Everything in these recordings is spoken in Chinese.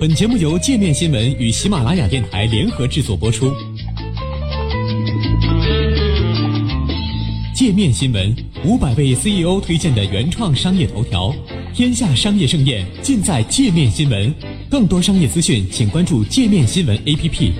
本节目由界面新闻与喜马拉雅电台联合制作播出。界面新闻500位 CEO 推荐的原创商业头条，天下商业盛宴尽在界面新闻。更多商业资讯，请关注界面新闻 APP。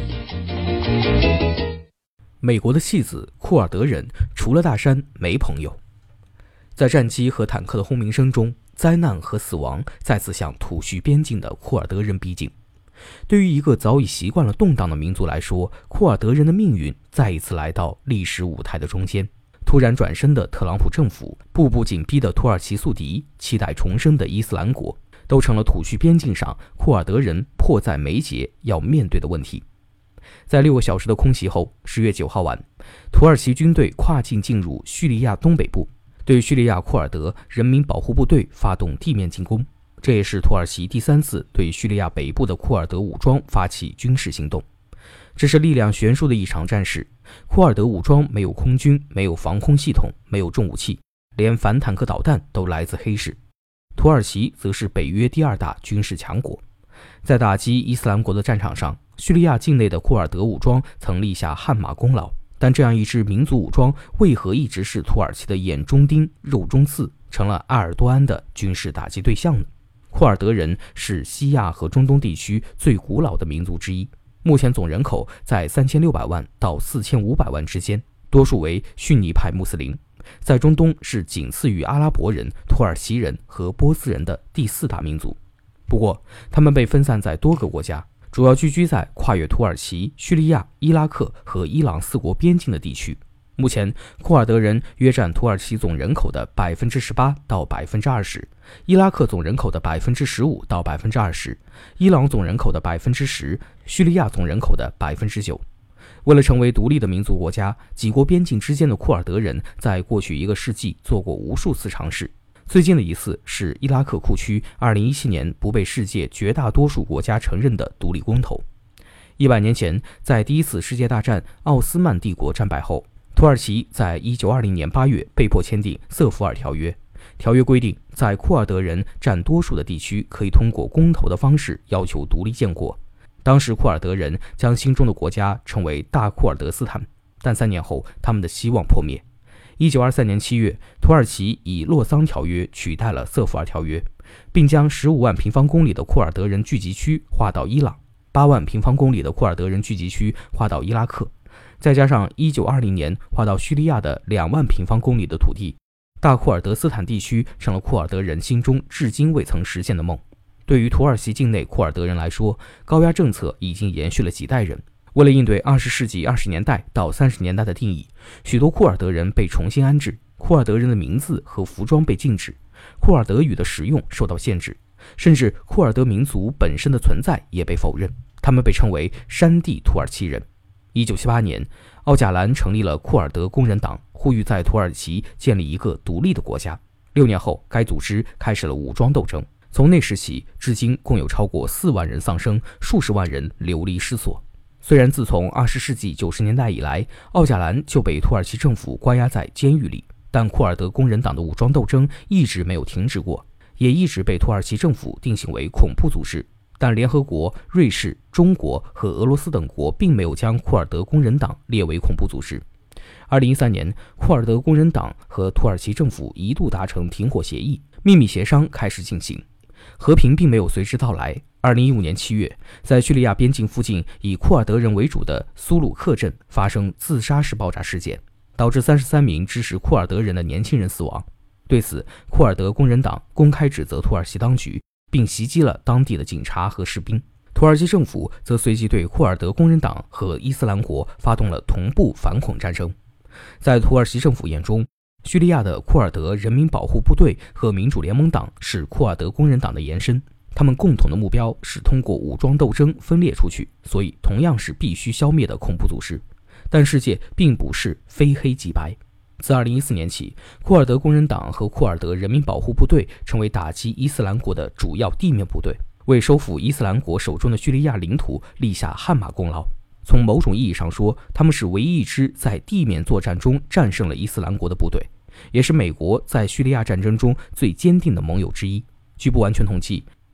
美国的戏子库尔德人除了大山没朋友。在战机和坦克的轰鸣声中，灾难和死亡再次向土叙边境的库尔德人逼近。对于一个早已习惯了动荡的民族来说，库尔德人的命运再一次来到历史舞台的中间。突然转身的特朗普政府，步步紧逼的土耳其宿敌，期待重生的伊斯兰国，都成了土叙边境上库尔德人迫在眉睫要面对的问题。在6个小时的空袭后，10月9号晚，土耳其军队跨境进入叙利亚东北部，对叙利亚库尔德人民保护部队发动地面进攻。这也是土耳其第3次对叙利亚北部的库尔德武装发起军事行动。这是力量悬殊的一场战事。库尔德武装没有空军，没有防空系统，没有重武器，连反坦克导弹都来自黑市。土耳其则是北约第2大军事强国。在打击伊斯兰国的战场上，叙利亚境内的库尔德武装曾立下汗马功劳，但这样一支民族武装为何一直是土耳其的眼中钉、肉中刺，成了埃尔多安的军事打击对象呢？库尔德人是西亚和中东地区最古老的民族之一，目前总人口在3600万到4500万之间，多数为逊尼派穆斯林，在中东是仅次于阿拉伯人、土耳其人和波斯人的第4大民族。不过，他们被分散在多个国家，主要聚居在跨越土耳其、叙利亚、伊拉克和伊朗4国边境的地区。目前，库尔德人约占土耳其总人口的18%到20%，伊拉克总人口的15%到20%，伊朗总人口的10%，叙利亚总人口的9%。为了成为独立的民族国家，几国边境之间的库尔德人在过去1个世纪做过无数次尝试。最近的一次是伊拉克库区2017年不被世界绝大多数国家承认的独立公投。100年前，在第1次世界大战奥斯曼帝国战败后，土耳其在1920年8月被迫签订瑟福尔条约。条约规定，在库尔德人占多数的地区，可以通过公投的方式要求独立建国。当时库尔德人将心中的国家称为大库尔德斯坦，但3年后，他们的希望破灭。1923年7月，土耳其以洛桑条约取代了瑟福尔条约，并将15万平方公里的库尔德人聚集区划到伊朗，8万平方公里的库尔德人聚集区划到伊拉克，再加上1920年划到叙利亚的2万平方公里的土地，大库尔德斯坦地区成了库尔德人心中至今未曾实现的梦。对于土耳其境内库尔德人来说，高压政策已经延续了几代人。为了应对20世纪20年代到30年代的定义，许多库尔德人被重新安置，库尔德人的名字和服装被禁止，库尔德语的使用受到限制，甚至库尔德民族本身的存在也被否认，他们被称为山地土耳其人。1978年，奥贾兰成立了库尔德工人党，呼吁在土耳其建立一个独立的国家。6年后，该组织开始了武装斗争，从那时起至今共有超过4万人丧生，数十万人流离失所。虽然自从20世纪90年代以来，奥贾兰就被土耳其政府关押在监狱里，但库尔德工人党的武装斗争一直没有停止过，也一直被土耳其政府定性为恐怖组织。但联合国、瑞士、中国和俄罗斯等国并没有将库尔德工人党列为恐怖组织。2013年，库尔德工人党和土耳其政府一度达成停火协议，秘密协商开始进行。和平并没有随之到来。2015年7月，在叙利亚边境附近以库尔德人为主的苏鲁克镇发生自杀式爆炸事件，导致33名支持库尔德人的年轻人死亡。对此，库尔德工人党公开指责土耳其当局，并袭击了当地的警察和士兵。土耳其政府则随即对库尔德工人党和伊斯兰国发动了同步反恐战争。在土耳其政府眼中，叙利亚的库尔德人民保护部队和民主联盟党是库尔德工人党的延伸，他们共同的目标是通过武装斗争分裂出去，所以同样是必须消灭的恐怖组织。但世界并不是非黑即白。自2014年起，库尔德工人党和库尔德人民保护部队成为打击伊斯兰国的主要地面部队，为收复伊斯兰国手中的叙利亚领土立下汗马功劳。从某种意义上说，他们是唯一一支在地面作战中战胜了伊斯兰国的部队，也是美国在叙利亚战争中最坚定的盟友之一。据不完全统计，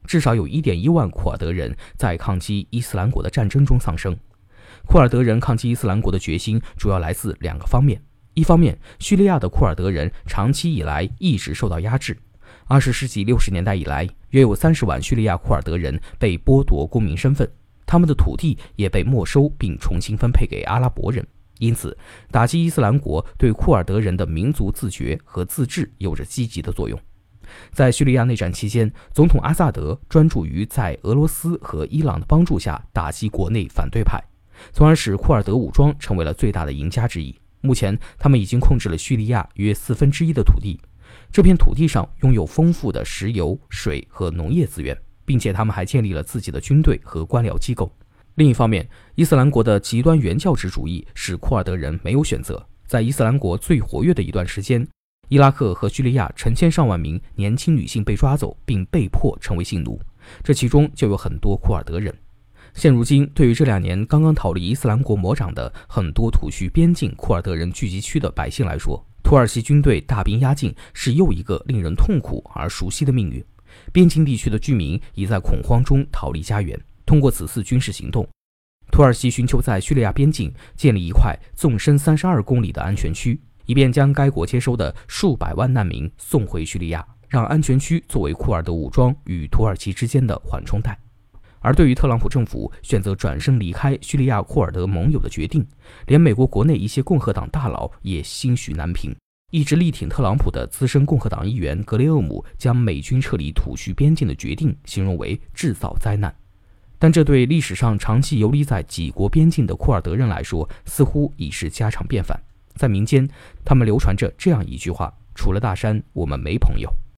至少有 1.1 万库尔德人在抗击伊斯兰国的战争中丧生。库尔德人抗击伊斯兰国的决心主要来自2个方面。一方面，叙利亚的库尔德人长期以来一直受到压制。20世纪60年代以来，约有30万叙利亚库尔德人被剥夺公民身份，他们的土地也被没收并重新分配给阿拉伯人。因此，打击伊斯兰国对库尔德人的民族自觉和自治有着积极的作用。在叙利亚内战期间，总统阿萨德专注于在俄罗斯和伊朗的帮助下打击国内反对派，从而使库尔德武装成为了最大的赢家之一。目前，他们已经控制了叙利亚约1/4的土地，这片土地上拥有丰富的石油、水和农业资源，并且他们还建立了自己的军队和官僚机构。另一方面，伊斯兰国的极端原教旨主义使库尔德人没有选择。在伊斯兰国最活跃的一段时间，伊拉克和叙利亚成千上万名年轻女性被抓走并被迫成为性奴，这其中就有很多库尔德人。现如今，对于这2年刚刚逃离伊斯兰国魔掌的很多土叙边境库尔德人聚集区的百姓来说，土耳其军队大兵压境是又一个令人痛苦而熟悉的命运。边境地区的居民已在恐慌中逃离家园。通过此次军事行动，土耳其寻求在叙利亚边境建立一块纵深32公里的安全区，以便将该国接收的数百万难民送回叙利亚，让安全区作为库尔德武装与土耳其之间的缓冲带。而对于特朗普政府选择转身离开叙利亚库尔德盟友的决定，连美国国内一些共和党大佬也心绪难平。一直力挺特朗普的资深共和党议员格雷厄姆将美军撤离土叙边境的决定形容为制造灾难。但这对历史上长期游离在几国边境的库尔德人来说，似乎已是家常便饭。在民间，他们流传着这样一句话：除了大山，我们没朋友。